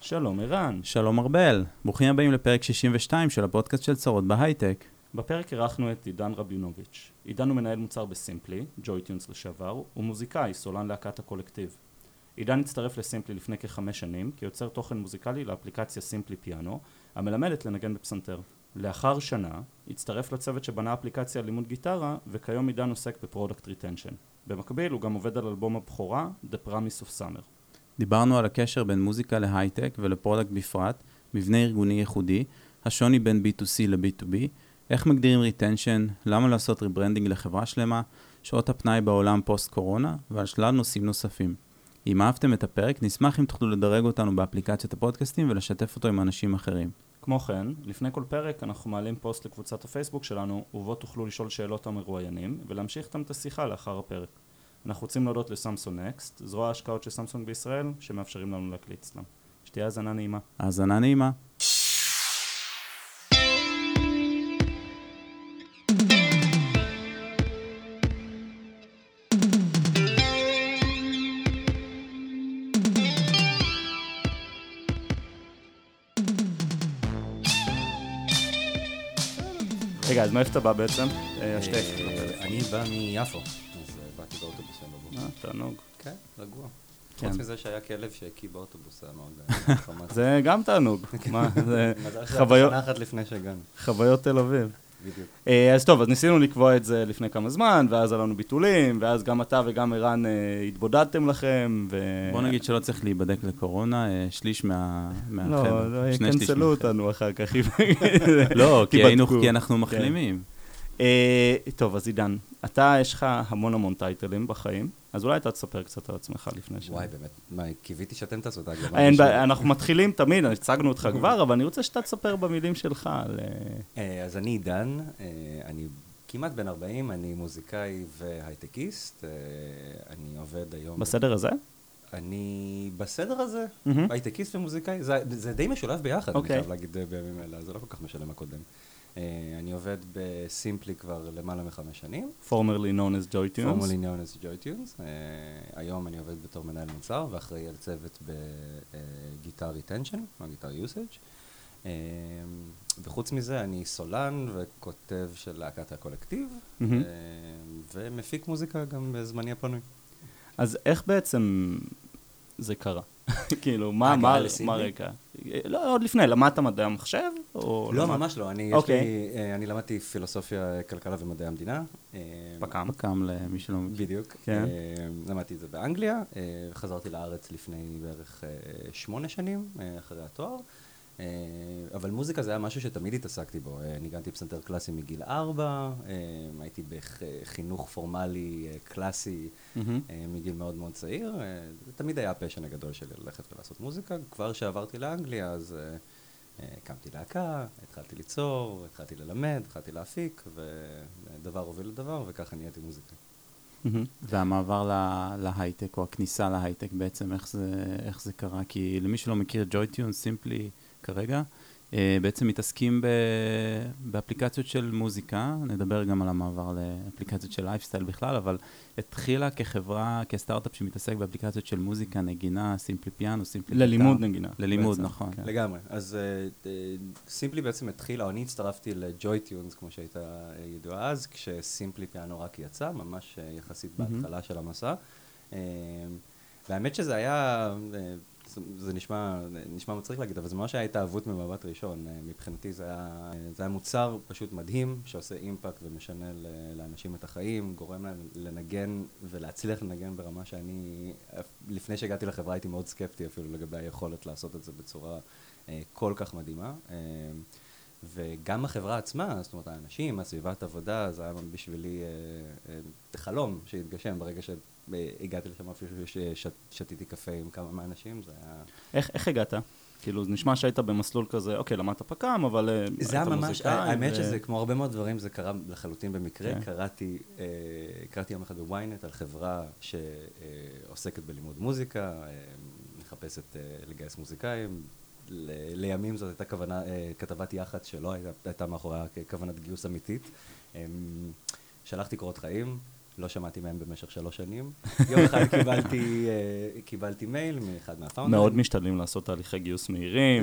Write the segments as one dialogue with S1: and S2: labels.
S1: שלום ערן.
S2: שלום ארבל, ברוכים הבאים לפרק 62 של הפודקאסט של צרות בהייטק.
S1: בפרק אירחנו את עידן רביונוביץ'. עידן הוא מנהל מוצר בסימפלי, ג'וי-טיונס לשעבר, ומוזיקאי, סולן להקת הקולקטיב. עידן הצטרף לסימפלי לפני כ5 שנים, כיוצר תוכן מוזיקלי לאפליקציה סימפלי פיאנו, המלמדת לנגן בפסנתר. לאחר שנה, הצטרף לצוות שבנה אפליקציה לימוד גיטרה, וכיום עידן עוסק בפרודקט ריטנשן. במקביל הוא גם עובד על אלבום הבכורה, The Promise of Summer.
S2: דיברנו על הקשר בין מוזיקה להייטק ולפרודקט בפרט, מבנה ארגוני ייחודי, השוני בין B2C ל-B2B, איך מגדירים ריטנשן, למה לעשות ריברנדינג לחברה שלמה, שעות הפנאי בעולם פוסט קורונה, ועל שלל נושאים נוספים. אם אהבתם את הפרק, נשמח אם תוכלו לדרג אותנו באפליקציית הפודקאסטים ולשתף אותו עם אנשים אחרים.
S1: כמו כן, לפני כל פרק אנחנו מעלים פוסט לקבוצת הפייסבוק שלנו, ובו תוכלו לשאול שאלות המרואיינים, ולהמשיך איתם את השיחה לאחר הפרק. אנחנו רוצים להודות לסמסונג נקסט, זרוע ההשקעות של סמסונג בישראל, שמאפשרים לנו להקליט אצלם. שתהיה האזנה נעימה.
S2: האזנה נעימה.
S1: רגע, אז מאיפה אתה בא בעצם? השטק.
S3: אני בא מיפו, אז באתי באוטובוס היום בבוקר.
S1: תענוג.
S3: כן, רגוע.
S1: כן.
S3: חוץ מזה שהיה כלב שהקיא באוטובוס, היה מאוד חמאס.
S1: זה גם תענוג. מה, זה
S3: מזל שהיה שנה אחת לפני שהגענו.
S1: חוויות תל אביב.
S3: בדיוק.
S1: אז טוב, אז ניסינו לקבוע את זה לפני כמה זמן, ואז עלינו ביטולים, ואז גם אתה וגם ערן התבודדתם לכם,
S2: בוא נגיד שלא צריך להיבדק לקורונה, שליש מהחבר'ה.
S1: לא, יקנצלו אותנו אחר כך.
S2: לא, כי אנחנו מחלימים.
S1: טוב, אז עידן, אתה יש לך המון טייטלים בחיים, אז אולי אתה תספר קצת על עצמך לפני ש...
S3: וואי, באמת, מה, קיוויתי שאתם תעשו את ההקדמה.
S1: אין בעיה, אנחנו מתחילים תמיד, הצגנו אותך כבר, אבל אני רוצה שאתה תספר במילים שלך.
S3: אז אני עידן, אני כמעט בן 40, אני מוזיקאי והייטקיסט, אני עובד היום...
S1: בסדר הזה?
S3: אני בסדר הזה, הייטקיסט ומוזיקאי, זה די משולב ביחד, אני חייב להגיד בימים אלה, זה לא כל כך משלם הקודם. אני עובד בסימפלי כבר למעלה מ5 שנים.
S1: Formerly known as Joy-Tunes.
S3: Formerly known as Joy-Tunes. היום אני עובד בתור מנהל מוצר ואחראי על צוות בגיטר ריטנשן, גיטר יוסאג'. וחוץ מזה אני סולן וכותב של להקת הקולקטיב, ומפיק מוזיקה גם בזמני הפנוי.
S1: אז איך בעצם זה קרה? כאילו, מה הרקע? לא, עוד לפני, למדת מדעי המחשב?
S3: לא, ממש לא. אני למדתי פילוסופיה, כלכלה ומדעי המדינה.
S2: פק"ם למי שלא מכיר.
S3: בדיוק. למדתי את זה באנגליה. חזרתי לארץ לפני בערך 8 שנים, אחרי התואר. אבל מוזיקה זה היה משהו שתמיד התעסקתי בו. ניגנתי פסנתר קלאסי מגיל 4, הייתי בחינוך פורמלי קלאסי מגיל מאוד מאוד צעיר. זה תמיד היה הפשן הגדול שלי ללכת ולעשות מוזיקה. כבר שעברתי לאנגליה, אז הקמתי להקה, התחלתי ליצור, התחלתי ללמד, התחלתי להפיק, ודבר הוביל לדבר, וככה נהייתי מוזיקה.
S2: והמעבר להייטק, או הכניסה להייטק בעצם, איך זה קרה? כי למי שלא מכיר, Joy-Tunes, סימפלי כרגע, בעצם מתעסקים באפליקציות של מוזיקה, נדבר גם על המעבר לאפליקציות של לייפסטייל בכלל, אבל התחילה כחברה, כסטארט-אפ שמתעסק באפליקציות של מוזיקה, נגינה, סימפלי פיאנו, סימפלי גיטר.
S1: ללימוד נגינה.
S2: ללימוד, נכון.
S3: לגמרי. אז סימפלי בעצם התחילה, אני הצטרפתי לג'וי-טיונס, כמו שהייתה ידועה אז, כשסימפלי פיאנו רק יצא, ממש יחסית בהתחלה של המסע. והאמת שזה היה... זה נשמע מצחיק להגיד, אבל זה ממש היה התאהבות ממבט ראשון. מבחינתי זה היה מוצר פשוט מדהים, שעושה אימפקט ומשנה לאנשים את החיים, גורם להם לנגן ולהצליח לנגן ברמה שאני, לפני שהגעתי לחברה הייתי מאוד סקפטי אפילו לגבי היכולת לעשות את זה בצורה כל כך מדהימה. וגם החברה עצמה, זאת אומרת, האנשים, הסביבת עבודה, זה היה בשבילי חלום שהתגשם ברגע שהגעתי לשם אפילו ששתיתי קפה עם כמה מהאנשים, זה היה...
S1: איך הגעת? כאילו, זה נשמע שהיית במסלול כזה, אוקיי, למדת פק"ם, אבל היית מוזיקאי.
S3: זה ממש, האמת שזה, כמו הרבה מאוד דברים, זה קרה לחלוטין במקרה. קראתי יום אחד בוויינט על חברה שעוסקת בלימוד מוזיקה, מחפשת לגייס מוזיקאים, לימים זאת הייתה כתבת יח"צ שלא הייתה מאחוריה כוונת גיוס אמיתית. שלחתי קורות חיים, לא שמעתי מהם במשך 3 שנים. יום אחד קיבלתי מייל מאחד מהפאונדרים.
S1: מאוד משתדלים לעשות תהליכי גיוס מהירים.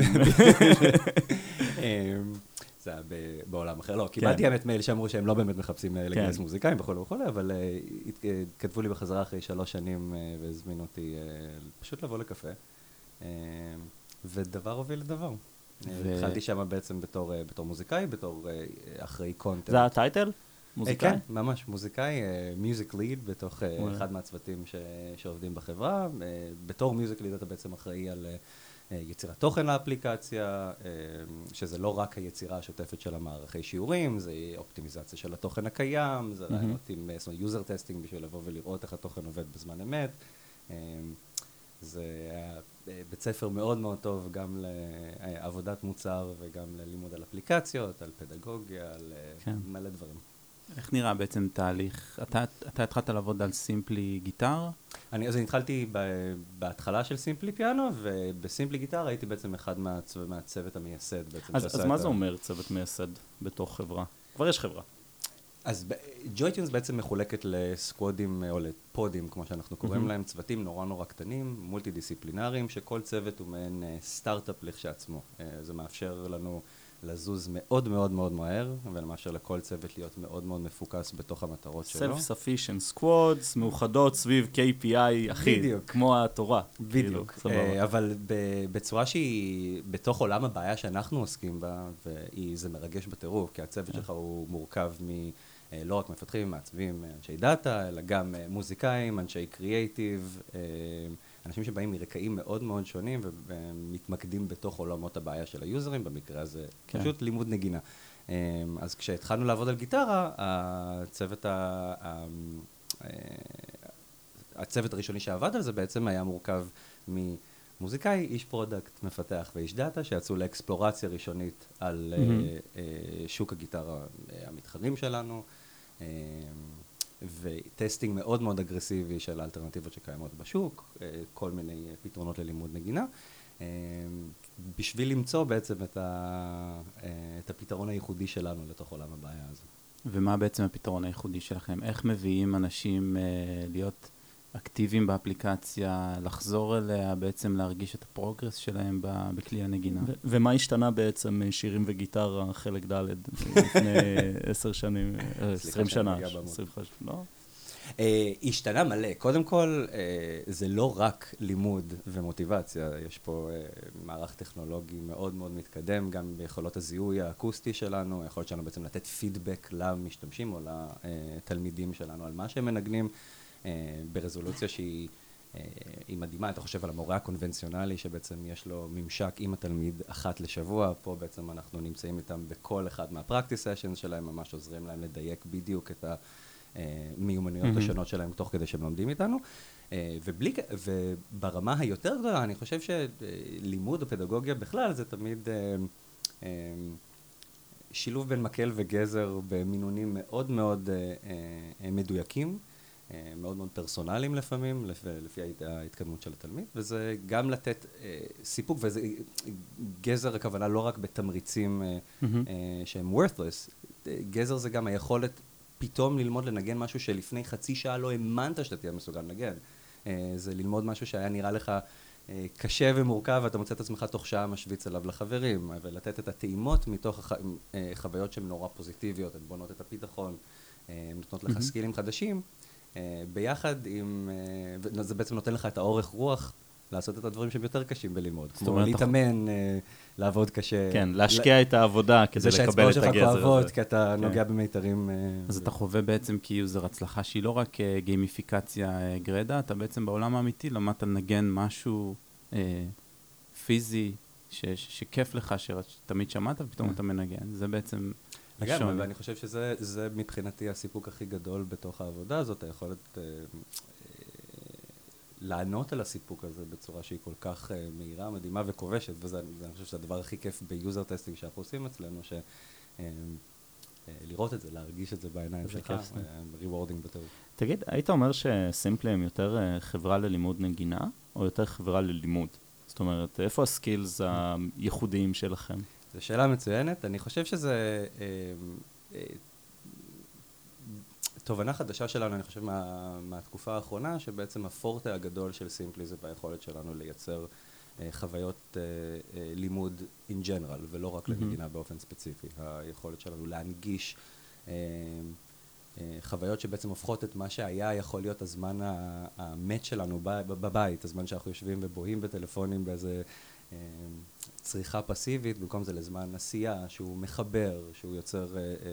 S3: זה היה בעולם אחר. לא, קיבלתי האמת מייל שאמרו שהם לא באמת מחפשים לגייס מוזיקאים וכו' וכו', אבל כתבו לי בחזרה אחרי 3 שנים והזמינו אותי פשוט לבוא לקפה. ודבר הוביל לדבר. התחלתי שם בעצם בתור מוזיקאי, בתור אחראי קונטנט.
S1: זה הטייטל? מוזיקאי?
S3: כן, ממש, מוזיקאי, מיוזיק ליד בתוך אחד מהצוותים שעובדים בחברה. בתור מיוזיק ליד אתה בעצם אחראי על יצירת תוכן לאפליקציה, שזה לא רק היצירה השוטפת של המערכי שיעורים, זה אופטימיזציה של התוכן הקיים, זה רעיונות עם יוזר טסטינג בשביל לבוא ולראות איך התוכן עובד בזמן אמת. זה היה בית ספר מאוד מאוד טוב גם לעבודת מוצר וגם ללימוד על על פדגוגיה, על מלא דברים.
S2: איך נראה בעצם תהליך? אתה התחלת לעבוד על סימפלי גיטר?
S3: אז אני התחלתי בהתחלה של סימפלי פיאנו, ובסימפלי גיטר הייתי בעצם אחד מהצוות המייסד בעצם.
S1: אז מה זה אומר צוות מייסד בתוך חברה? כבר יש חברה.
S3: אז ג'וי-טיונס בעצם מחולקת לסקוודים או לפודים, כמו שאנחנו קוראים להם, צוותים נורא נורא קטנים, מולטי דיסציפלינריים, שכל צוות הוא מעין סטארט-אפ לכשעצמו. זה מאפשר לנו לזוז מאוד מאוד מאוד מהר, ולמאפשר לכל צוות להיות מאוד מאוד מפוקס בתוך המטרות שלו.
S1: Self-sufficient squads, מאוחדות סביב KPI אחיד,
S3: בדיוק.
S1: כמו התורה.
S3: בדיוק, אבל בצורה שהיא בתוך עולם הבעיה שאנחנו עוסקים בה, וזה מרגש בטירוף, כי הצוות שלך הוא מורכב לא רק מפתחים, מעצבים, אנשי דאטה, אלא גם מוזיקאים, אנשי קריאייטיב, אנשים שבאים מרקעים מאוד מאוד שונים ומתמקדים בתוך עולמות הבעיה של היוזרים, במקרה הזה פשוט לימוד נגינה. אז כשהתחלנו לעבוד על גיטרה, הצוות הראשוני שעבד על זה בעצם היה מורכב ממוזיקאי, איש פרודקט, מפתח ואיש דאטה, שיצאו לאקספלורציה ראשונית על שוק הגיטרה המתחרים שלנו, וטסטינג מאוד מאוד אגרסיבי של האלטרנטיבות שקיימות בשוק, כל מיני פתרונות ללימוד נגינה, בשביל למצוא בעצם את הפתרון הייחודי שלנו לתוך עולם הבעיה הזה.
S2: ומה בעצם הפתרון הייחודי שלכם? איך מביאים אנשים להיות אקטיביים באפליקציה, לחזור אליה, בעצם להרגיש את הפרוגרס שלהם בכלי הנגינה?
S1: ומה השתנה בעצם שירים וגיטרה חלק ד' לפני 10 שנים, 20 שנה, 25, לא?
S3: השתנה מלא. קודם כל, זה לא רק לימוד ומוטיבציה, יש פה מערך טכנולוגי מאוד מאוד מתקדם, גם ביכולות הזיהוי האקוסטי שלנו, היכולת שלנו בעצם לתת פידבק למשתמשים או לתלמידים שלנו על מה שהם מנגנים, ברזולוציה שהיא מדהימה. אתה חושב על המורה הקונבנציונלי שבעצם יש לו ממשק עם התלמיד אחת לשבוע, פה בעצם אנחנו נמצאים איתם בכל אחד מהפרקטיס סשנס שלהם, ממש עוזרים להם לדייק בדיוק את המיומנויות השונות שלהם תוך כדי שהם לומדים איתנו. וברמה היותר גדולה, אני חושב שלימוד או פדגוגיה בכלל זה תמיד שילוב בין מקל וגזר במינונים מאוד מאוד מדויקים, מאוד מאוד פרסונליים לפעמים, לפי ההתקדמות של התלמיד, וזה גם לתת סיפוק, וזה גזר הכוונה לא רק בתמריצים שהם worthless, גזר זה גם היכולת פתאום ללמוד לנגן משהו שלפני חצי שעה לא האמנת שאתה תהיה מסוגל לנגן. זה ללמוד משהו שהיה נראה לך קשה ומורכב, ואתה מוצא את עצמך תוך שעה משוויץ עליו לחברים, ולתת את הטעימות מתוך חוויות שהן נורא פוזיטיביות, הן בונות את הביטחון, נותנות לך סקילים חדשים, ביחד עם, זה בעצם נותן לך את האורך רוח לעשות את הדברים שהם יותר קשים בללמוד, כמו להתאמן, לעבוד קשה.
S1: כן, להשקיע את העבודה כדי לקבל את הגזר הזה. זה שהאצבעות שלך כואבות,
S3: כי אתה נוגע במיתרים.
S2: אז אתה חווה בעצם כיוזר הצלחה שהיא לא רק גיימיפיקציה גרדה, אתה בעצם בעולם האמיתי למדת לנגן משהו פיזי שכיף לך, שתמיד שמעת ופתאום אתה מנגן. זה בעצם
S3: לגמרי, ואני חושב שזה מבחינתי הסיפוק הכי גדול בתוך העבודה הזאת, היכולת לענות על הסיפוק הזה בצורה שהיא כל כך מהירה, מדהימה וכובשת, וזה, אני חושב שזה הדבר הכי כיף ביוזר טסטינג שאנחנו עושים אצלנו, לראות את זה, להרגיש את זה בעיניים שלך, ריוורדינג בטירוף.
S1: תגיד, היית אומר שסימפלי הם יותר חברה ללימוד נגינה, או יותר חברה ללימוד? זאת אומרת, איפה הסקילס הייחודיים שלכם?
S3: זו שאלה מצוינת. אני חושב שזה תובנה חדשה שלנו, אני חושב, מהתקופה האחרונה, שבעצם הפורטה הגדול של סימפלי זה ביכולת שלנו לייצר חוויות לימוד in general, ולא רק למדינה באופן ספציפי. היכולת שלנו להנגיש חוויות שבעצם הופכות את מה שהיה יכול להיות הזמן המת שלנו בבית, הזמן שאנחנו יושבים ובוהים בטלפונים באיזה צריכה פסיבית, במקום זה לזמן עשייה, שהוא מחבר, שהוא יוצר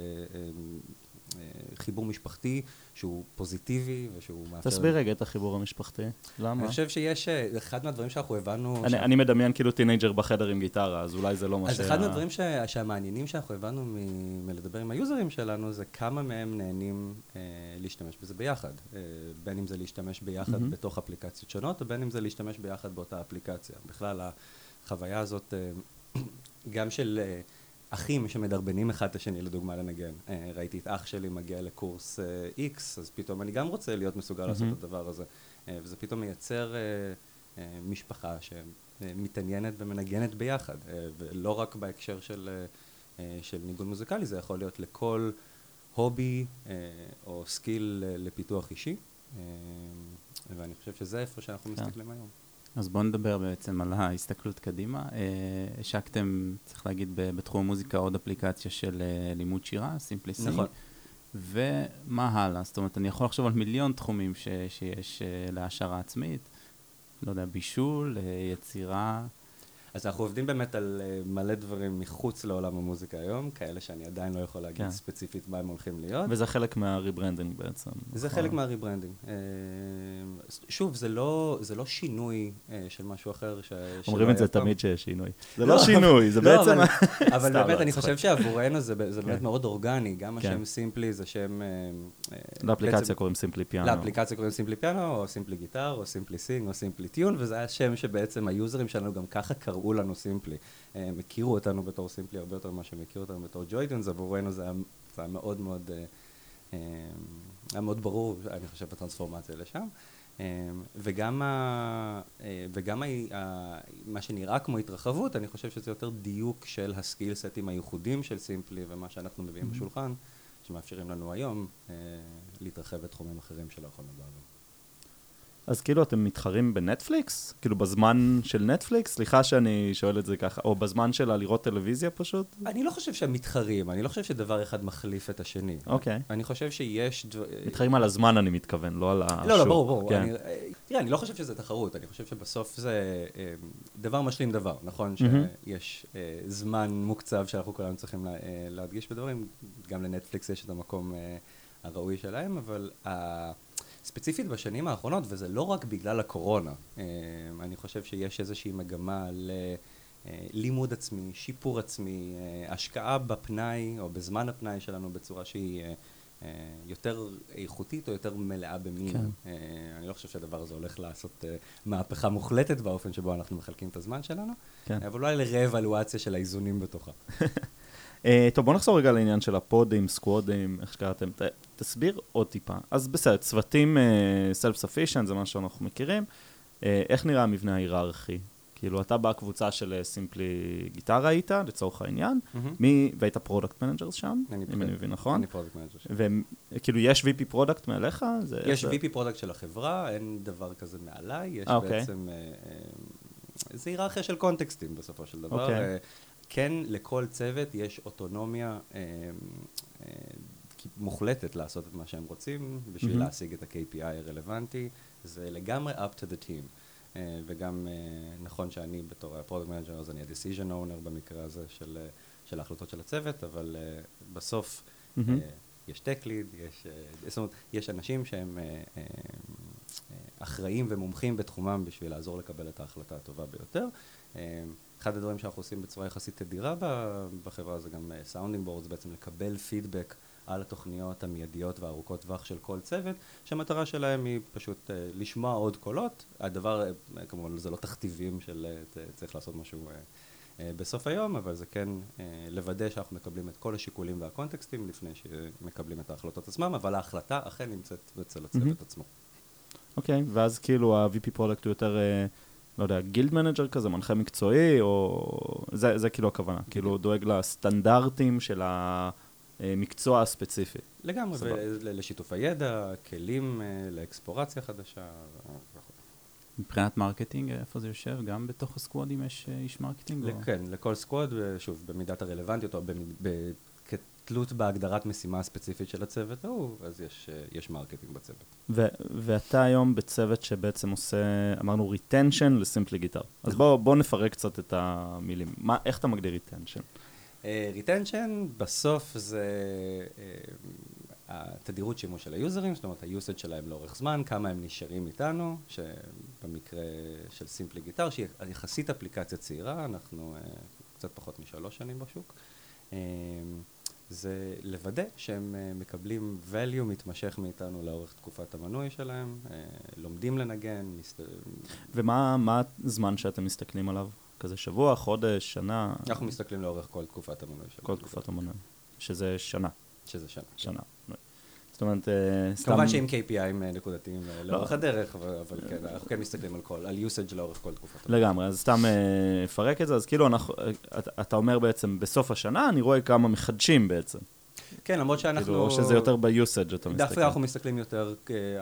S3: חיבור משפחתי, שהוא פוזיטיבי ושהוא מאפשר...
S1: תסביר רגע את החיבור המשפחתי. למה?
S3: אני חושב שיש, אחד מהדברים שאנחנו הבנו...
S1: אני מדמיין כאילו טינג'ר בחדר עם גיטרה, אז אולי זה לא מה
S3: אז אחד מהדברים שהמעניינים שאנחנו הבנו מלדבר עם היוזרים שלנו, זה כמה מהם נהנים להשתמש בזה ביחד. בין אם זה להשתמש ביחד בתוך אפליקציות שונות, או בין אם זה להשתמש ביחד באותה אפליקציה. בכלל, החוויה הזאת, גם של אחים שמדרבנים אחד את השני, לדוגמה, לנגן. ראיתי את אח שלי מגיע לקורס X, אז פתאום אני גם רוצה להיות מסוגל לעשות את הדבר הזה. וזה פתאום מייצר משפחה שמתעניינת ומנגנת ביחד. ולא רק בהקשר של ניגון מוזיקלי, זה יכול להיות לכל הובי או סקיל לפיתוח אישי. ואני חושב שזה איפה שאנחנו מסתכלים היום.
S2: אז בואו נדבר בעצם על ההסתכלות קדימה. השקתם, צריך להגיד, בתחום המוזיקה עוד אפליקציה של לימוד שירה, סימפלי סינג.
S3: נכון.
S2: ומה הלאה? זאת אומרת, אני יכול לחשוב על מיליון תחומים שיש להעשרה עצמית. לא יודע, בישול, יצירה.
S3: אז אנחנו עובדים באמת על מלא דברים מחוץ לעולם המוזיקה היום, כאלה שאני עדיין לא יכול להגיד ספציפית מה הם הולכים להיות.
S1: וזה חלק מהריברנדינג בעצם.
S3: זה חלק מהריברנדינג. שוב, זה לא שינוי של משהו אחר.
S1: אומרים את זה תמיד שיש שינוי. זה לא שינוי, זה בעצם...
S3: אבל באמת, אני חושב שעבורנו זה באמת מאוד אורגני. גם השם סימפלי זה שם...
S1: לאפליקציה קוראים סימפלי פיאנו.
S3: לאפליקציה קוראים סימפלי פיאנו, או סימפלי גיטר, או סימפלי סינג, או סימפלי טיון, וזה היה שם שבעצם היוזרים שלנו גם ככה קראו לנו סימפלי. הם הכירו אותנו בתור סימפלי הרבה יותר ממה שהם הכירו אותנו בתור ג'ויטיונס, עבורנו זה היה מאוד מאוד, היה מאוד ברור, אני חושב, בטרנספורמציה לשם. וגם מה שנראה כמו התרחבות, אני חושב שזה יותר דיוק של הסקיל סטים הייחודים של סימפלי, ומה שאנחנו מביאים בשולחן, שמאפשרים לנו היום להתרחב בתחומים אחרים שלא יכולנו בעבר.
S1: אז כאילו אתם מתחרים בנטפליקס? כאילו בזמן של נטפליקס? סליחה שאני שואל את זה ככה, או בזמן שלה לראות טלוויזיה פשוט?
S3: אני לא חושב שהם מתחרים, אני לא חושב שדבר אחד מחליף את השני.
S1: אוקיי.
S3: אני חושב שיש...
S1: מתחרים על הזמן אני מתכוון, לא על השוק.
S3: לא, ברור. תראה, אני לא חושב שזה תחרות, אני חושב שבסוף זה דבר משלים דבר, נכון? שיש זמן מוקצב שאנחנו כולנו צריכים להדגיש בדברים, גם לנטפליקס יש את המקום הראוי שלהם, אבל... ספציפית בשנים האחרונות, וזה לא רק בגלל הקורונה, אני חושב שיש איזושהי מגמה ללימוד עצמי, שיפור עצמי, השקעה בפנאי או בזמן הפנאי שלנו בצורה שהיא יותר איכותית או יותר מלאה במין. כן. אני לא חושב שהדבר הזה הולך לעשות מהפכה מוחלטת באופן שבו אנחנו מחלקים את הזמן שלנו, כן. אבל אולי לרה-אבלואציה של האיזונים בתוכה.
S1: טוב, בוא נחזור רגע לעניין של הפודים, סקוודים, איך שקראתם, תסביר עוד טיפה. אז בסדר, צוותים self-sufficient, זה מה שאנחנו מכירים. איך נראה המבנה ההיררכי? כאילו, אתה בקבוצה של סימפלי גיטרה היית, לצורך העניין, והיית פרודקט מנג'ר שם, אם אני מבין נכון.
S3: אני פרודקט מנג'ר שם.
S1: וכאילו, יש VP פרודקט מעליך?
S3: יש VP פרודקט של החברה, אין דבר כזה מעליי, יש בעצם, זה היררכיה של קונטקסטים בסופו של דבר. כן, לכל צוות יש אוטונומיה מוחלטת לעשות את מה שהם רוצים, בשביל להשיג את ה-KPI הרלוונטי. זה לגמרי up to the team. וגם נכון שאני בתור הפרודקט מנג'ר, אז אני ה-decision owner במקרה הזה של ההחלטות של הצוות, אבל בסוף יש tech lead, זאת אומרת, יש אנשים שהם אחראים ומומחים בתחומם בשביל לעזור לקבל את ההחלטה הטובה ביותר. אחד הדברים שאנחנו עושים בצורה יחסית תדירה בחברה זה גם סאונדינג בורדס, בעצם לקבל פידבק על התוכניות המיידיות והארוכות טווח של כל צוות, שהמטרה שלהם היא פשוט לשמוע עוד קולות. הדבר, כמובן, זה לא תכתיבים של צריך לעשות משהו בסוף היום, אבל זה כן לוודא שאנחנו מקבלים את כל השיקולים והקונטקסטים לפני שמקבלים את ההחלטות עצמם, אבל ההחלטה אכן נמצאת אצל הצוות עצמו.
S1: אוקיי, ואז כאילו ה-VP פרודקט הוא יותר... לא יודע, גילד מנג'ר כזה, מנחה מקצועי, או... זה כאילו הכוונה. כאילו דואג לסטנדרטים של מקצוע ספציפי.
S3: לגמרי, ולשיתוף הידע, כלים לאקספורציה חדשה.
S2: מבחינת מרקטינג, איפה זה יושב? גם בתוך הסקוואדים יש איש מרקטינג?
S3: כן, לכל סקוואד, שוב, במידת הרלוונטיות, או כתלות בהגדרת משימה ספציפית של הצוות, אז יש מרקטינג בצוות.
S1: ואתה היום בצוות שבעצם עושה, אמרנו, ריטנשן לסימפלי גיטר. אז בוא נפרק קצת את המילים. איך אתה מגדיר ריטנשן?
S3: ריטנשן בסוף זה התדירות שימוש של היוזרים, זאת אומרת היוסד שלהם לאורך זמן, כמה הם נשארים איתנו, שבמקרה של סימפלי גיטר, שהיא יחסית אפליקציה צעירה, אנחנו קצת פחות מ3 שנים בשוק, זה לוודא שהם מקבלים value מתמשך מאיתנו לאורך תקופת המנוי שלהם, לומדים לנגן.
S1: ומה הזמן שאתם מסתכלים עליו? כזה שבוע, חודש, שנה?
S3: אנחנו מסתכלים לאורך כל תקופת המנוי שלנו.
S1: כל תקופת המנוי, שזה שנה.
S3: שזה שנה.
S1: שנה. זאת אומרת,
S3: כמובן שעם KPI'ים נקודתיים לאורך הדרך, אבל כן, אנחנו כן מסתכלים על usage לאורך כל תקופת המנוי.
S1: לגמרי, אז סתם פרק את זה, אז כאילו אתה אומר בעצם בסוף השנה, אני רואה כמה מחדשים בעצם.
S3: כן, למרות שאנחנו...
S1: או שזה יותר ב-usage, אתה מסתכל.
S3: דווקא אנחנו מסתכלים יותר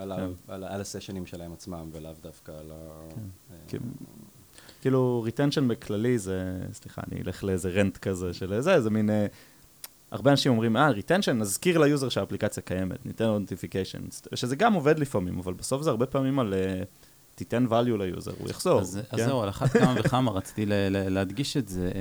S3: על הסשנים שלהם עצמם, ולאו דווקא על ה...
S1: כאילו, retention בכללי זה, סליחה, אני אלך לאיזה רנט כזה של זה מין, הרבה אנשים אומרים, retention, נזכיר ליוזר שהאפליקציה קיימת, ניתן לו notifications, שזה גם עובד לפעמים, אבל בסוף זה הרבה פעמים על, תיתן value ליוזר, הוא יחזור.
S2: אז זהו, על אחת כמה וכמה רציתי להדגיש את זה,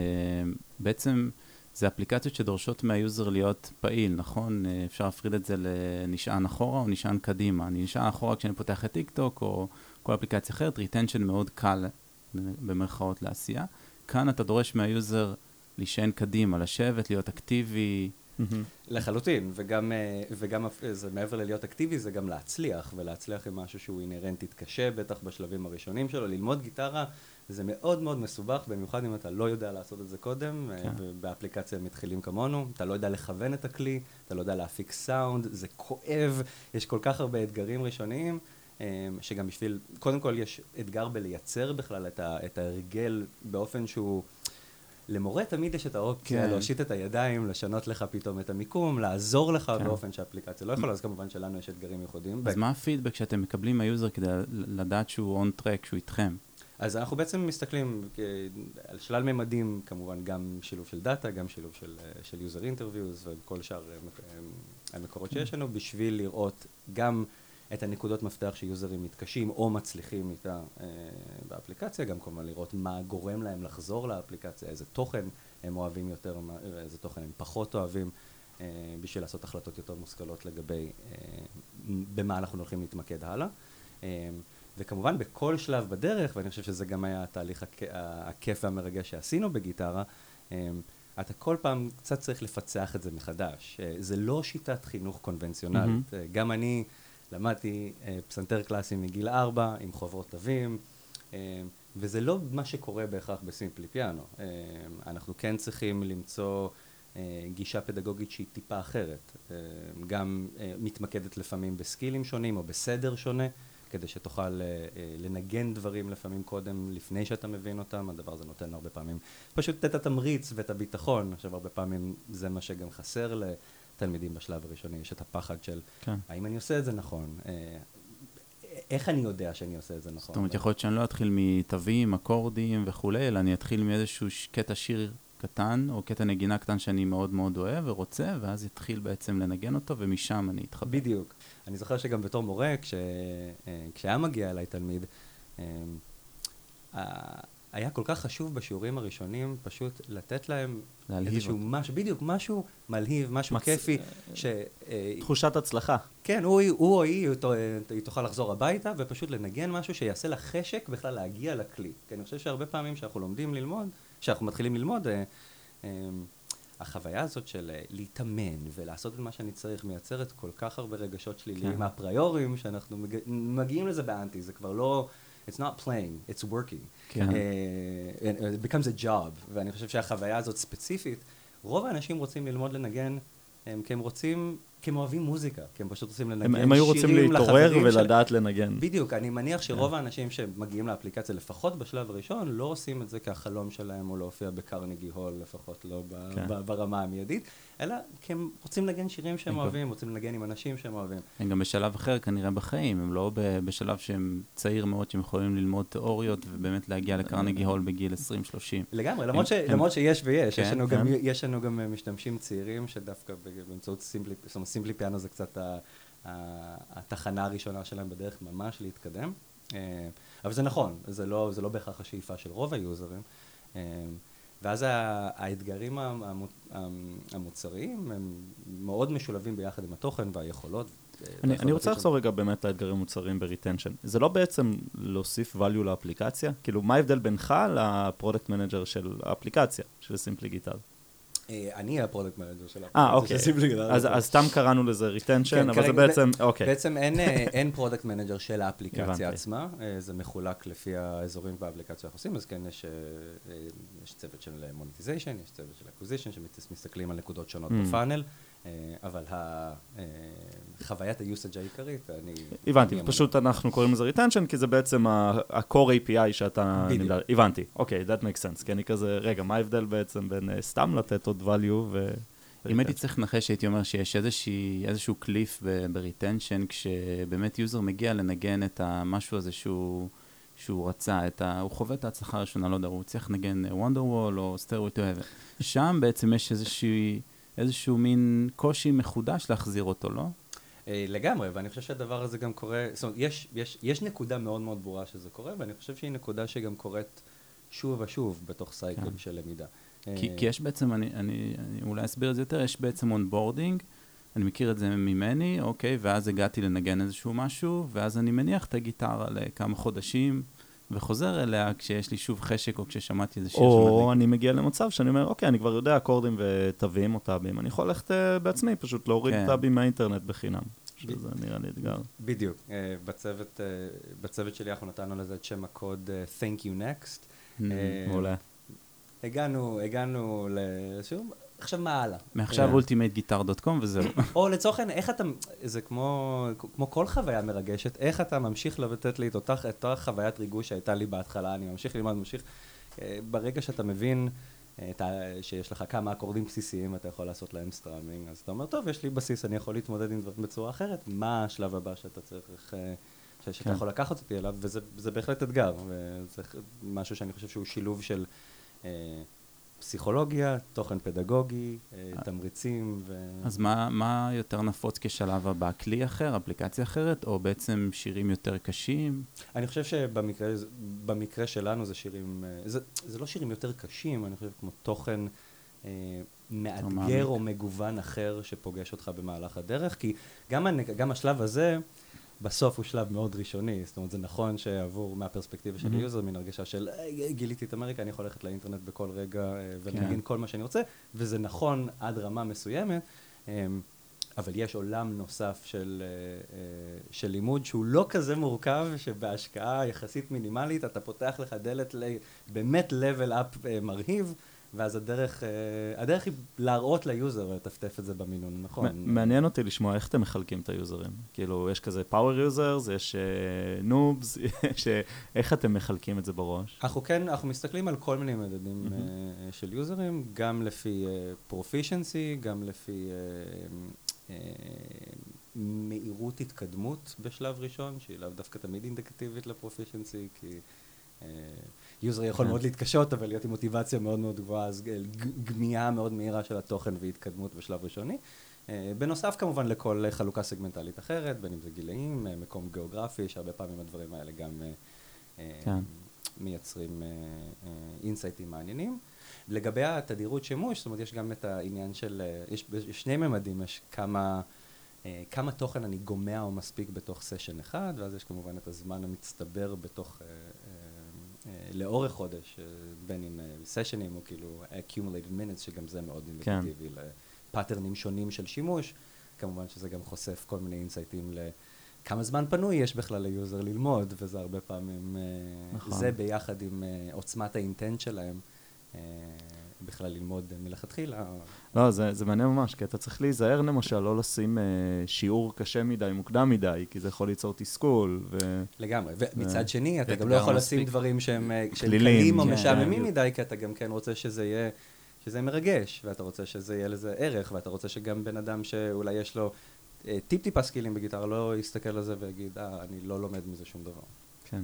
S2: בעצם זה אפליקציות שדורשות מהיוזר להיות פעיל, נכון? אפשר להפריד את זה לנשען אחורה או נשען קדימה. אני נשען אחורה כשאני פותח את טיקטוק או כל אפליקציה אחרת, retention מאוד קל במרכאות לעשייה. כאן אתה דורש מהיוזר להישען קדימה, לשבת, להיות אקטיבי.
S3: לחלוטין, וגם זה מעבר ללהיות אקטיבי, זה גם להצליח, ולהצליח עם משהו שהוא אינרנטית קשה, בטח בשלבים הראשונים שלו. ללמוד גיטרה זה מאוד מאוד מסובך, במיוחד אם אתה לא יודע לעשות את זה קודם, ובאפליקציה הם מתחילים כמונו, אתה לא יודע לכוון את הכלי, אתה לא יודע להפיק סאונד, זה כואב, יש כל כך הרבה אתגרים ראשוניים, שגם בשביל, קודם כל יש אתגר בלייצר בכלל את ההרגל באופן שהוא, למורה תמיד יש את האופציה להושיט את הידיים, לשנות לך פתאום את המיקום, לעזור לך באופן שהאפליקציה לא יכולה, אז כמובן שלנו יש אתגרים ייחודיים.
S2: אז מה הפידבק שאתם מקבלים מהיוזר כדי לדעת שהוא on track, שהוא איתכם?
S3: אז אנחנו בעצם מסתכלים על שלל ממדים, כמובן גם שילוב של דאטה, גם שילוב של user interviews וכל שאר המקורות שיש לנו, בשביל לראות גם את הנקודות מפתח שיוזרים מתקשים או מצליחים איתה באפליקציה, גם כמובן לראות מה גורם להם לחזור לאפליקציה, איזה תוכן הם אוהבים יותר, איזה תוכן הם פחות אוהבים, בשביל לעשות החלטות יותר מושכלות לגבי במה אנחנו הולכים להתמקד הלאה. וכמובן בכל שלב בדרך, ואני חושב שזה גם היה התהליך הכיף והמרגש שעשינו בגיטרה, אתה כל פעם קצת צריך לפצח את זה מחדש. זה לא שיטת חינוך קונבנציונלית. גם אני למדתי פסנתר קלאסי מגיל 4, עם חוברות תווים, וזה לא מה שקורה בהכרח בסימפלי פיאנו. אנחנו כן צריכים למצוא גישה פדגוגית שהיא טיפה אחרת. גם מתמקדת לפעמים בסקילים שונים או בסדר שונה, כדי שתוכל לנגן דברים לפעמים קודם, לפני שאתה מבין אותם. הדבר הזה נותן הרבה פעמים פשוט את התמריץ ואת הביטחון. עכשיו, הרבה פעמים זה מה שגם חסר לתלמידים בשלב הראשוני. יש את הפחד של, האם אני עושה את זה נכון? איך אני יודע שאני עושה את זה נכון?
S2: זאת אומרת, יכול להיות שאני לא אתחיל מתווים, אקורדים וכולי, אלא אני אתחיל מאיזשהו קטע שיר קטן, או קטע נגינה קטן שאני מאוד מאוד אוהב ורוצה, ואז יתחיל בעצם לנגן אותו, ומשם אני אתחבר.
S3: בדיוק. אני זוכר שגם בתור מורה, כשהיה מגיע אליי תלמיד, היה כל כך חשוב בשיעורים הראשונים, פשוט לתת להם איזשהו משהו, בדיוק, משהו מלהיב, משהו כיפי.
S1: תחושת הצלחה.
S3: כן, הוא או היא תוכל לחזור הביתה, ופשוט לנגן משהו שיעשה לה חשק בכלל להגיע לכלי. כי אני חושב שהרבה פעמים שאנחנו לומדים ללמוד, שאנחנו מתחילים ללמוד, החוויה הזאת של להתאמן ולעשות את מה שאני צריך, מייצרת כל כך הרבה רגשות שליליים מהפריורים, שאנחנו מגיעים לזה באנטי, זה כבר לא, it's not playing, it's working. It becomes a job, ואני חושב שהחוויה הזאת ספציפית, רוב האנשים רוצים ללמוד לנגן, כי הם רוצים כי הם אוהבים מוזיקה, כי הם פשוט רוצים לנגן שירים
S1: הם היו רוצים להתעורר ולדעת לנגן.
S3: בדיוק, אני מניח שרוב האנשים שמגיעים לאפליקציה, לפחות בשלב הראשון, לא עושים את זה כהחלום שלהם, או להופיע בקרניגי הול, לפחות לא ברמה המיידית, אלא כי הם רוצים לנגן שירים שהם אוהבים, רוצים לנגן עם אנשים שהם אוהבים.
S2: הם גם בשלב אחר כנראה בחיים, הם לא בשלב שהם צעיר מאוד, שהם יכולים ללמוד תיאוריות, ובאמת להגיע לקרניגי הול בגיל 20-30.
S3: לגמרי, למרות שיש ויש, יש לנו גם משתמשים צעירים שדווקא באמצעות סימפלי פיאנו זה קצת התחנה הראשונה שלהם בדרך ממש להתקדם. אבל זה נכון, זה לא בהכרח השאיפה של רוב היוזרים. ואז האתגרים המוצריים הם מאוד משולבים ביחד עם התוכן והיכולות.
S1: אני רוצה לחזור רגע באמת לאתגרים המוצריים בריטנשן. זה לא בעצם להוסיף value לאפליקציה? כאילו, מה ההבדל בינך לפרודקט מנג'ר של האפליקציה, של סימפלי גיטר?
S3: אני הפרודקט מנג'ר של האפליקציה.
S1: אוקיי. אז סתם קראנו לזה ריטנשן, אבל זה בעצם, אוקיי.
S3: בעצם אין פרודקט מנג'ר של האפליקציה עצמה, זה מחולק לפי האזורים באפליקציה אנחנו עושים, אז כן, יש צוות של מוניטיזיישן, יש צוות של אקוויזישן, שמסתכלים על נקודות שונות בפאנל, אבל חוויית היוסאג' העיקרית,
S1: הבנתי, פשוט אנחנו קוראים לזה retention, כי זה בעצם ה-core API שאתה נמדל. הבנתי, אוקיי, that makes sense, כי אני כזה, רגע, מה ההבדל בעצם בין סתם לתת עוד value ו...
S2: אם הייתי צריך לנחש, הייתי אומר שיש איזשהו קליף ב-retention, כשבאמת יוזר מגיע לנגן את המשהו הזה שהוא רצה, הוא חווה את ההצלחה הראשונה, לא יודע, הוא צריך לנגן Wonderwall או Stairway to Heaven. שם בעצם יש איזשהו מין קושי מחודש להחזיר אותו, לא?
S3: לגמרי, ואני חושב שהדבר הזה גם קורה, זאת אומרת, יש נקודה מאוד מאוד ברורה שזה קורה, ואני חושב שהיא נקודה שגם קורית שוב ושוב בתוך סייקל של למידה.
S2: כי יש בעצם, אני אולי אסביר את זה יותר, יש בעצם אונבורדינג, אני מכיר את זה ממני, אוקיי, ואז הגעתי לנגן איזשהו משהו, ואז אני מניח את הגיטרה לכמה חודשים, וחוזר אליה כשיש לי שוב חשק, או כששמעתי איזה שיר שמדליק.
S1: או אני מגיע למצב שאני אומר, אוקיי, אני כבר יודע אקורדים וטבים או טאבים, אני יכול ללכת בעצמי, פשוט להוריד טאבים מהאינטרנט בחינם. שזה נראה לי אתגר.
S3: בדיוק. בצוות שלי אנחנו נתנו לזה את שם הקוד Thank You Next.
S1: מעולה.
S3: הגענו לשום, עכשיו מה הלאה?
S2: מעכשיו ultimateguitar.com וזהו.
S3: או לצורכן, איך אתה, זה כמו כל חוויה מרגשת, איך אתה ממשיך לתת לי את אותה חוויית ריגוש שהייתה לי בהתחלה, אני ממשיך ללמוד, ברגע שאתה מבין שיש לך כמה אקורדים בסיסיים, אתה יכול לעשות להם סטראמינג, אז אתה אומר, טוב, יש לי בסיס, אני יכול להתמודד עם דברים בצורה אחרת, מה השלב הבא שאתה צריך, שאתה יכול לקחת אותי אליו, וזה בהחלט אתגר, וזה משהו שאני חושב שהוא שילוב של פסיכולוגיה, תוכן פדגוגי, תמריצים
S2: אז מה יותר נפוץ כשלב הבא? כלי אחר, אפליקציה אחרת, או בעצם שירים יותר קשים?
S3: אני חושב שבמקרה שלנו זה שירים, זה לא שירים יותר קשים, אני חושב כמו תוכן מאתגר או מגוון אחר שפוגש אותך במהלך הדרך, כי גם השלב הזה, בסוף הוא שלב מאוד ראשוני, זאת אומרת, זה נכון שעבור מהפרספקטיבה של היוזר, מן הרגשה של, גיליתי את אמריקה, אני יכול ללכת לאינטרנט בכל רגע ולנגן כל מה שאני רוצה, וזה נכון עד רמה מסוימת, אבל יש עולם נוסף של לימוד שהוא לא כזה מורכב, שבהשקעה יחסית מינימלית, אתה פותח לך דלת באמת level up מרהיב, ואז הדרך היא להראות ליוזר לטפטף את זה במינון, נכון?
S1: מעניין אותי לשמוע איך אתם מחלקים את היוזרים. כאילו, יש כזה power users, יש noobs, איך אתם מחלקים את זה בראש?
S3: אנחנו מסתכלים על כל מיני מדדים של יוזרים, גם לפי proficiency, גם לפי מהירות התקדמות בשלב ראשון, שהיא לאו דווקא תמיד אינדיקטיבית לפרופישנסי, כי יוזר יכול מאוד להתקשות, אבל להיות עם מוטיבציה מאוד מאוד גבוהה, אז גמיעה מאוד מהירה של התוכן והתקדמות בשלב ראשוני. בנוסף כמובן לכל חלוקה סגמנטלית אחרת, בין אם זה גילאים, מקום גיאוגרפי, שהרבה פעמים הדברים האלה גם מייצרים אינסייטים מעניינים. לגבי התדירות שימוש, זאת אומרת, יש גם את העניין של, יש שני ממדים, יש כמה תוכן אני גומע או מספיק בתוך סשן אחד, ואז יש כמובן את הזמן המצטבר בתוך, לאורך חודש, בין אם סשנים או כאילו accumulated minutes, שגם זה מאוד אינדיקטיבי לפאטרנים שונים של שימוש, כמובן שזה גם חושף כל מיני אינסייטים לכמה זמן פנוי יש בכלל ליוזר ללמוד, וזה הרבה פעמים, זה ביחד עם עוצמת האינטנט שלהם, בכלל ללמוד מלכתחילה.
S1: לא, זה מעניין ממש, כי אתה צריך להיזהר למשל, לא לשים שיעור קשה מדי, מוקדם מדי, כי זה יכול ליצור תסכול.
S3: לגמרי, ומצד שני, אתה גם לא יכול לשים דברים שהם
S1: כלילים,
S3: קלים או משעממים מדי, כי אתה גם כן רוצה שזה יהיה מרגש, ואתה רוצה שזה יהיה לזה ערך, ואתה רוצה שגם בן אדם שאולי יש לו טיפ-טיפה סקילים בגיטרה, לא יסתכל על זה ויגיד, אני לא לומד מזה שום דבר.
S1: כן.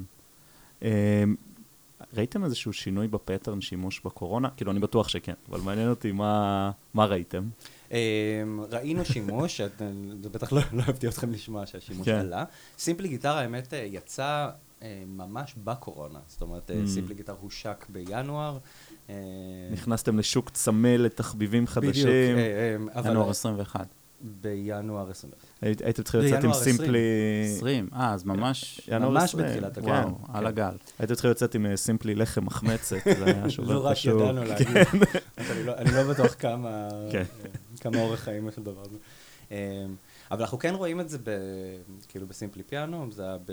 S1: ראיתם איזשהו שינוי בפטרן שימוש בקורונה? כאילו, אני בטוח שכן, אבל מעניין אותי מה ראיתם.
S3: ראינו שימוש, זה בטח לא אהבתי אתכם לשמוע שהשימוש עלה. סימפלי גיטרה, האמת, יצא ממש בקורונה. זאת אומרת, סימפלי גיטרה הושק בינואר.
S1: נכנסתם לשוק צמא לתחביבים חדשים.
S3: בדיוק.
S2: ינואר 21.
S3: בינואר 21.
S1: הייתם צריכים לצאת עם סימפלי...
S2: 20, אז ממש...
S3: ממש בתחילת
S2: הקורונה. וואו, על הגל.
S1: הייתם צריכים לצאת עם סימפלי לחם מחמצת, זה היה שובר פשוט.
S3: לא רק ידענו להגיד. אני לא בטוח כמה אורך חיים יש לדבר הזה. אבל אנחנו כן רואים את זה כאילו בסימפלי פיאנו, זה היה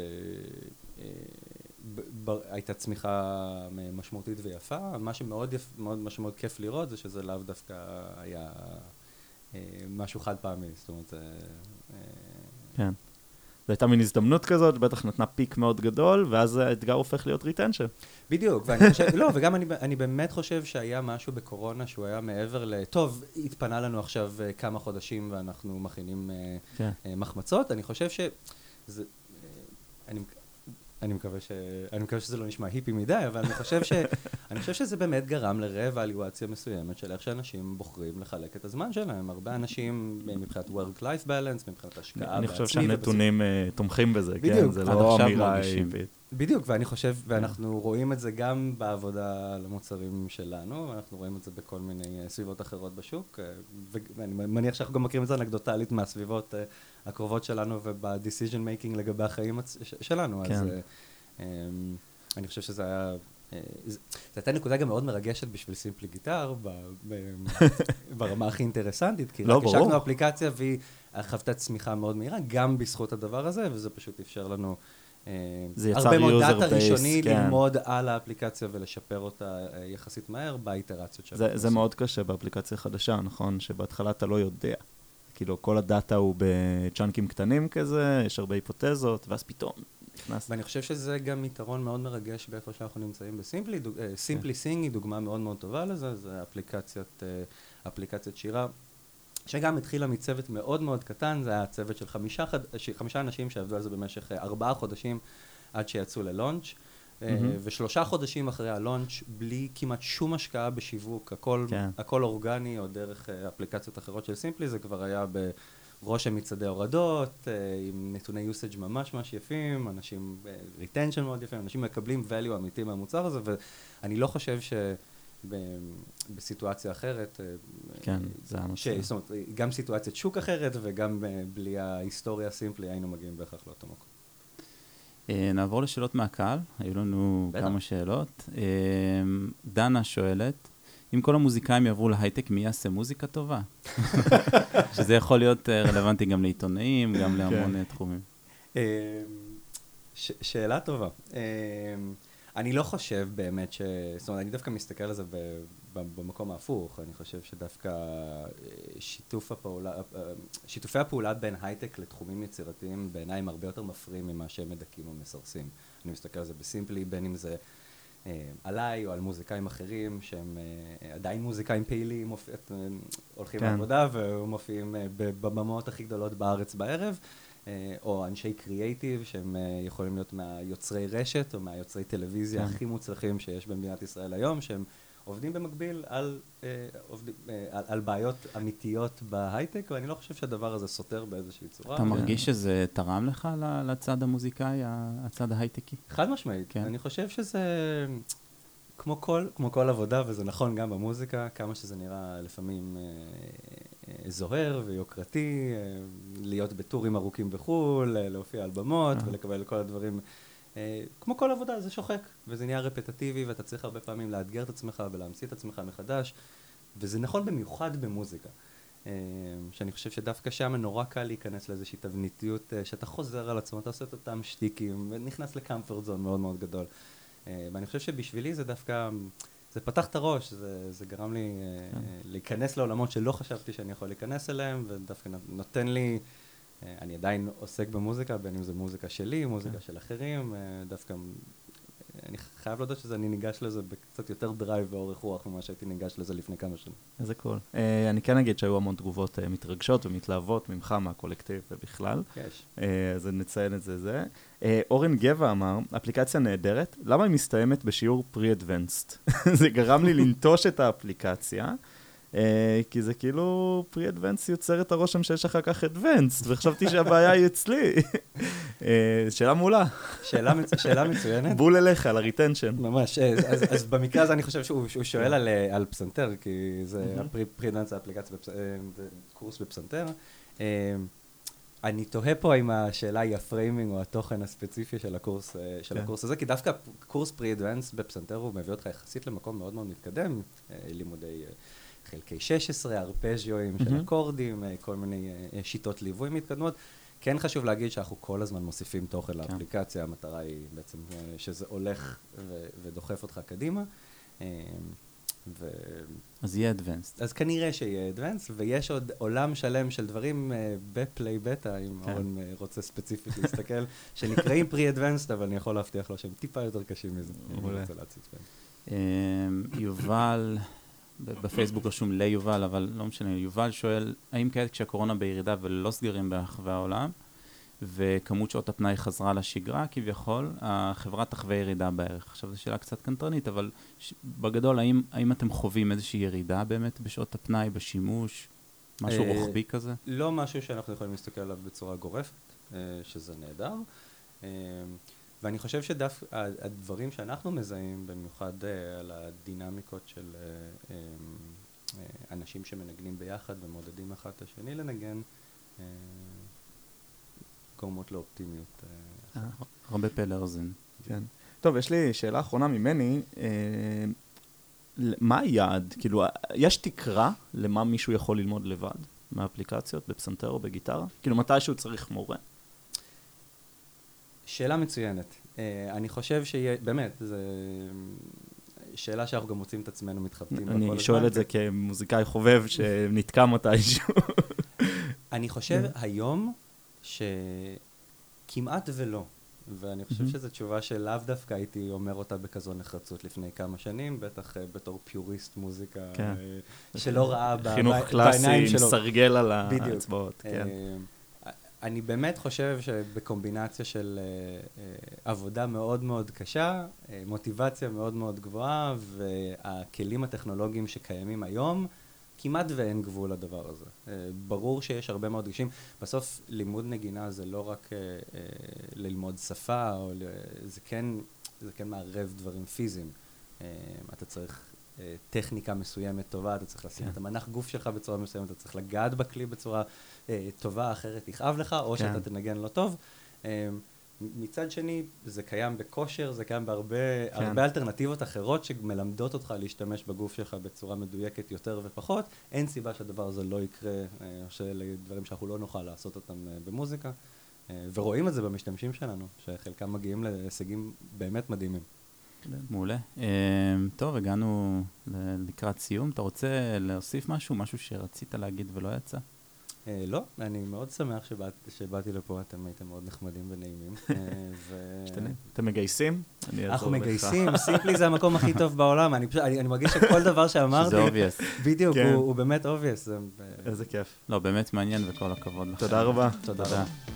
S3: הייתה צמיחה משמעותית ויפה. מה שמאוד כיף לראות זה שזה לאו דווקא היה משהו חד פעמי, זאת אומרת...
S1: כן. זו הייתה מין הזדמנות כזאת, בטח נתנה פיק מאוד גדול, ואז האתגר הופך להיות ריטנשן.
S3: בדיוק, ואני חושב, לא, וגם אני באמת חושב שהיה משהו בקורונה שהוא היה מעבר טוב, התפנה לנו עכשיו כמה חודשים ואנחנו מכינים מחמצות, אני חושב אני מקווה שזה לא נשמע היפי מדי, אבל אני חושב שזה באמת גרם לרבלואציה מסוימת של איך שאנשים בוחרים לחלק את הזמן שלהם. הרבה אנשים מבחינת work-life balance, מבחינת השקעה.
S1: אני חושב שהנתונים תומכים בזה, כן? זה לא אמירה היפית.
S3: בדיוק, ואני חושב, ואנחנו רואים את זה גם בעבודה למוצרים שלנו, ואנחנו רואים את זה בכל מיני סביבות אחרות בשוק, ואני מניח שאנחנו גם מכירים את זה אנקדוטלית מהסביבות הקרובות שלנו ובדיסיז'ן מייקינג לגבי החיים שלנו. אז אני חושב שזה היה... זו הייתה נקודה גם מאוד מרגשת בשביל סימפלי גיטר, ברמה הכי אינטרסנטית, כי רק השקנו אפליקציה והיא חוותה צמיחה מאוד מהירה, גם בזכות הדבר הזה, וזה פשוט אפשר לנו הרבה מאוד דאטה ראשוני ללמוד על האפליקציה ולשפר אותה יחסית מהר באיטרציות שלנו.
S1: זה מאוד קשה באפליקציה חדשה, נכון? שבהתחלה אתה לא יודע. כאילו, כל הדאטה הוא בצ'אנקים קטנים כזה, יש הרבה היפותזות, ואז פתאום נכנס.
S3: ואני חושב שזה גם יתרון מאוד מרגש באיפה שאנחנו נמצאים בסימפלי. סימפלי סינג היא דוגמה מאוד מאוד טובה לזה, זה אפליקציית שירה, שגם התחילה מצוות מאוד מאוד קטן, זה היה צוות של 5 אנשים שעבדו על זה במשך 4 חודשים עד שיצאו ללונץ', ו3 חודשים אחרי הלונץ', בלי כמעט שום השקעה בשיווק, הכל אורגני או דרך אפליקציות אחרות של סימפלי, זה כבר היה בראש המצעדי הורדות, עם נתוני usage ממש ממש יפים, אנשים retention מאוד יפים, אנשים מקבלים value אמיתי מהמוצר הזה, ואני לא חושב בסיטואציה אחרת,
S1: זה הנושא.
S3: זאת אומרת, גם סיטואציית שוק אחרת וגם בלי ההיסטוריה סימפלי היינו מגיעים בהכרח לאותו מקום.
S2: נעבור לשאלות מהקהל, היו לנו כמה שאלות. דנה שואלת, אם כל המוזיקאים יעברו להייטק, מי יעשה מוזיקה טובה? שזה יכול להיות רלוונטי גם לעיתונאים, גם להמון תחומים.
S3: שאלה טובה. אני לא חושב באמת זאת אומרת, אני דווקא מסתכל על זה במקום ההפוך, אני חושב שדווקא שיתופי הפעולה בין הייטק לתחומים יצירתיים בעיניי הם הרבה יותר מפרים ממה שהם מדכאים או מסרסים. אני מסתכל על זה בסימפלי, בין אם זה עליי או על מוזיקאים אחרים שהם עדיין מוזיקאים פעילים, הולכים לעבודה ומופיעים בבמות הכי גדולות בארץ בערב, או אנשי קריאייטיב שהם יכולים להיות מהיוצרי רשת או מהיוצרי טלוויזיה הכי מוצלחים שיש במדינת ישראל היום, שהם עובדים במקביל על בעיות אמיתיות בהייטק, ואני לא חושב שהדבר הזה סותר באיזושהי צורה.
S2: אתה מרגיש שזה תרם לך לצד המוזיקאי, הצד ההייטקי?
S3: חד משמעית. אני חושב שזה כמו כל עבודה, וזה נכון גם במוזיקה, כמה שזה נראה לפעמים זוהר ויוקרתי, להיות בטורים ארוכים בחול, להופיע על במות ולקבל כל הדברים. כמו כל עבודה, זה שוחק, וזה נהיה רפטטיבי, ואתה צריך הרבה פעמים לאתגר את עצמך ולהמציא את עצמך מחדש, וזה נכון במיוחד במוזיקה, שאני חושב שדווקא שם נורא קל להיכנס לאיזושהי תבניתיות, שאתה חוזר על עצמו, אתה עושה את אותם שטיקים, ונכנס לקמפורט זון מאוד מאוד גדול. ואני חושב שבשבילי זה דווקא זה פתח את הראש, זה גרם לי להיכנס לעולמות שלא חשבתי שאני יכול להיכנס אליהם, ודווקא נותן לי, אני עדיין עוסק במוזיקה, בין אם זה מוזיקה שלי, מוזיקה של אחרים, דווקא אני חייב להודות שאני ניגש לזה בקצת יותר דרייב ואורך רוח ממה שהייתי ניגש לזה לפני כמה שנים.
S1: איזה קול. אני כן אגיד שהיו המון תגובות מתרגשות ומתלהבות ממך, מהקולקטיב ובכלל.
S3: יש.
S1: אז נציין את זה. אורן גבע אמר, אפליקציה נהדרת, למה היא מסתיימת בשיעור pre-advanced? זה גרם לי לנטוש את האפליקציה, כי זה כאילו pre-advanced יוצר את הרושם שיש אחר כך advanced, וחשבתי שהבעיה היא אצלי. שאלה מעולה.
S3: שאלה מצוינת.
S1: בול אליך, על הריטנשן.
S3: ממש, אז במקרה הזה אני חושב שהוא שואל על פסנתר, כי זה pre-advanced האפליקציה, קורס בפסנתר. אני תוהה פה אם השאלה היא הפריימינג או התוכן הספציפי של הקורס הזה, כי דווקא קורס pre-advanced בפסנתר הוא מביא אותך יחסית למקום מאוד מאוד מתקדם, לימודי חלקי 16, ארפז'יואים של אקורדים, כל מיני שיטות ליווי מתקדמות. כן חשוב להגיד שאנחנו כל הזמן מוסיפים תוכן לאפליקציה, המטרה היא בעצם שזה הולך ודוחף אותך קדימה.
S2: אז יהיה advanced.
S3: אז כנראה שיהיה advanced, ויש עוד עולם שלם של דברים בפליי בטא, אם אורן רוצה ספציפית להסתכל, שנקראים pre-advanced, אבל אני יכול להבטיח לו שהם טיפה יותר קשים מזה. אני רוצה להציץ בהם.
S2: יובל, בפייסבוק רשום ליובל, אבל לא משנה, יובל שואל, האם כעת כשהקורונה בירידה ולא סגרים ברחבי העולם, וכמות שעות הפנאי חזרה לשגרה, כביכול, החברה תחווה ירידה בערך. עכשיו, זו שאלה קצת קנטרנית, אבל בגדול, האם אתם חווים איזושהי ירידה באמת בשעות הפנאי, בשימוש, משהו רוחבי כזה?
S3: לא משהו שאנחנו יכולים להסתכל עליו בצורה גורפת, שזה נהדר. ואני חושב שדווקא הדברים שאנחנו מזהים, במיוחד על הדינמיקות של אנשים שמנגנים ביחד ומעודדים אחד את השני לנגן, גורמות לאופטימיות.
S2: הרבה פה לאוזן.
S1: כן. טוב, יש לי שאלה אחרונה ממני. מה היעד? כאילו, יש תקרה למה מישהו יכול ללמוד לבד מהאפליקציות, בפסנתר או בגיטרה? כאילו, מתישהו צריך מורה?
S3: שאלה מצוינת. אני חושב שיהיה, באמת, זו שאלה שאנחנו גם מוצאים את עצמנו מתחבטים.
S1: אני שואל את זה כמוזיקאי חובב שנתקע מתישהו.
S3: אני חושב היום שכמעט ולא, ואני חושב שזו תשובה שלאו דווקא הייתי אומר אותה בכזו נחרצות לפני כמה שנים, בטח בתור פיוריסט מוזיקה שלא ראה בעיניים שלו.
S1: חינוך קלאסי, מסרגל על האצבעות.
S3: אני באמת חושב שבקומבינציה של עבודה מאוד מאוד קשה, מוטיבציה מאוד מאוד גבוהה, והכלים הטכנולוגיים שקיימים היום, כמעט ואין גבול לדבר הזה. ברור שיש הרבה מאוד גישים. בסוף לימוד נגינה זה לא רק ללמוד שפה, זה כן מערב דברים פיזיים. אתה צריך טכניקה מסוימת טובה, אתה צריך לשים את המנח גוף שלך בצורה מסוימת, אתה צריך לגעת בכלי בצורה טובה, אחרת יכאב לך, או שאתה תנגן לא טוב. מצד שני, זה קיים בכושר, זה קיים בהרבה אלטרנטיבות אחרות שמלמדות אותך להשתמש בגוף שלך בצורה מדויקת יותר ופחות. אין סיבה שהדבר הזה לא יקרה, של דברים שאנחנו לא נוכל לעשות אותם במוזיקה. ורואים את זה במשתמשים שלנו, שחלקם מגיעים להישגים באמת מדהימים.
S2: מעולה. טוב, הגענו לקראת סיום. אתה רוצה להוסיף משהו שרצית להגיד ולא יצא?
S3: לא, אני מאוד שמח שבאתי לפה, אתם הייתם מאוד נחמדים ונעימים.
S1: אתם מגייסים?
S3: אנחנו מגייסים, סימפלי זה המקום הכי טוב בעולם, אני מרגיש שכל דבר שאמרתי,
S2: שזה אובייס.
S3: בדיוק, הוא באמת אובייס.
S1: איזה כיף.
S2: לא, באמת מעניין וכל הכבוד לך.
S1: תודה רבה.
S3: תודה רבה.